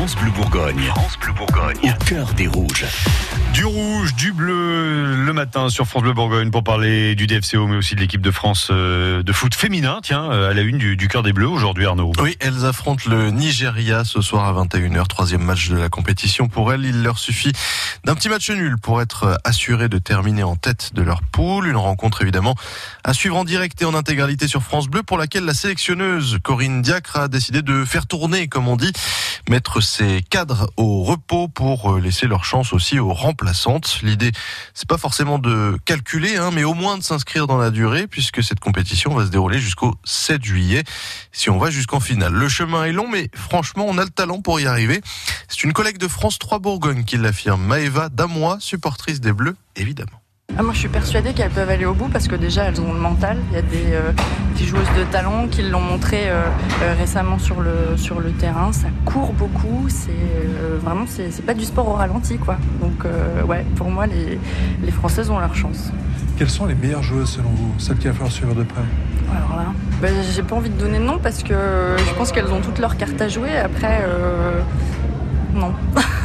France Bleu Bourgogne. France Bleu Bourgogne. Au cœur des rouges. Du rouge, du bleu le matin sur France Bleu Bourgogne pour parler du DFCO mais aussi de l'équipe de France de foot féminin. Tiens, à la une du cœur des bleus aujourd'hui, Arnaud. Oui, elles affrontent le Nigeria ce soir à 21h, troisième match de la compétition. Pour elles, il leur suffit d'un petit match nul pour être assurées de terminer en tête de leur poule. Une rencontre évidemment à suivre en direct et en intégralité sur France Bleu pour laquelle la sélectionneuse Corinne Diacre a décidé de faire tourner, comme on dit, mettre ses cadres au repos pour laisser leur chance aussi aux remplaçantes. L'idée, c'est pas forcément de calculer, mais au moins de s'inscrire dans la durée, puisque cette compétition va se dérouler jusqu'au 7 juillet, si on va jusqu'en finale. Le chemin est long, mais franchement, on a le talent pour y arriver. C'est une collègue de France 3 Bourgogne qui l'affirme, Maëva Damois, supportrice des Bleus, évidemment. Moi je suis persuadée qu'elles peuvent aller au bout parce que déjà elles ont le mental. Il y a des joueuses de talent qui l'ont montré récemment sur le terrain. Ça court beaucoup, vraiment c'est pas du sport au ralenti quoi. Donc pour moi les Françaises ont leur chance. Quelles sont les meilleures joueuses selon vous, celles qu'il va falloir suivre de près? Alors là, j'ai pas envie de donner de nom parce que je pense qu'elles ont toutes leurs cartes à jouer. Après, non.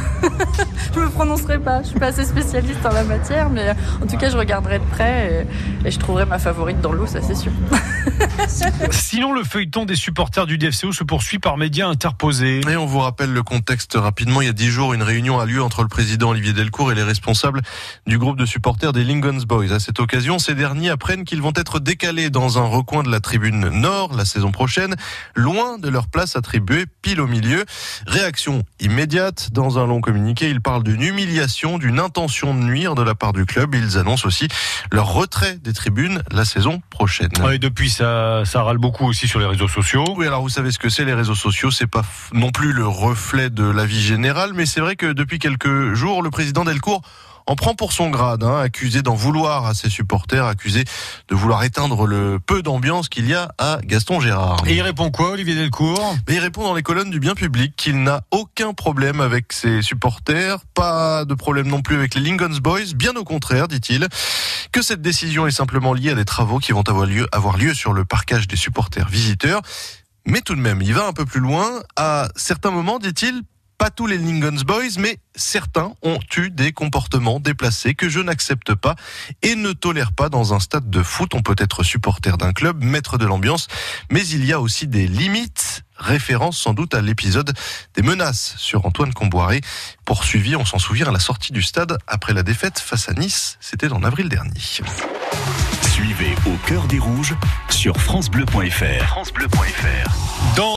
Je me prononcerai pas, je suis pas assez spécialiste en la matière, mais en tout cas je regarderai de près et je trouverai ma favorite dans l'eau, ça c'est sûr. Sinon, le feuilleton des supporters du DFCO se poursuit par médias interposés. Et on vous rappelle le contexte rapidement. Il y a 10 jours, une réunion a lieu entre le président Olivier Delcourt et les responsables du groupe de supporters des Lincoln's Boys. À cette occasion, ces derniers apprennent qu'ils vont être décalés dans un recoin de la tribune nord la saison prochaine, loin de leur place attribuée pile au milieu. Réaction immédiate. Dans un long communiqué, ils parlent d'une humiliation, d'une intention de nuire de la part du club. Ils annoncent aussi leur retrait des tribunes la saison prochaine. Et depuis, ça râle beaucoup aussi sur les réseaux sociaux. Oui, alors vous savez ce que c'est les réseaux sociaux, c'est pas non plus le reflet de la vie générale, mais c'est vrai que depuis quelques jours, le président Delcourt en prend pour son grade, accusé d'en vouloir à ses supporters, accusé de vouloir éteindre le peu d'ambiance qu'il y a à Gaston Gérard. Et il répond quoi, Olivier Delcourt ? Il répond dans les colonnes du Bien Public qu'il n'a aucun problème avec ses supporters, pas de problème non plus avec les Lincoln's Boys, bien au contraire, dit-il, que cette décision est simplement liée à des travaux qui vont avoir lieu sur le parquage des supporters visiteurs. Mais tout de même, il va un peu plus loin. À certains moments, dit-il, pas tous les Lincoln's Boys, mais certains ont eu des comportements déplacés que je n'accepte pas et ne tolère pas dans un stade de foot. On peut être supporter d'un club, maître de l'ambiance, mais il y a aussi des limites. Référence sans doute à l'épisode des menaces sur Antoine Comboiré, poursuivi, on s'en souvient, à la sortie du stade après la défaite face à Nice. C'était en avril dernier. Suivez Au cœur des rouges sur francebleu.fr. francebleu.fr.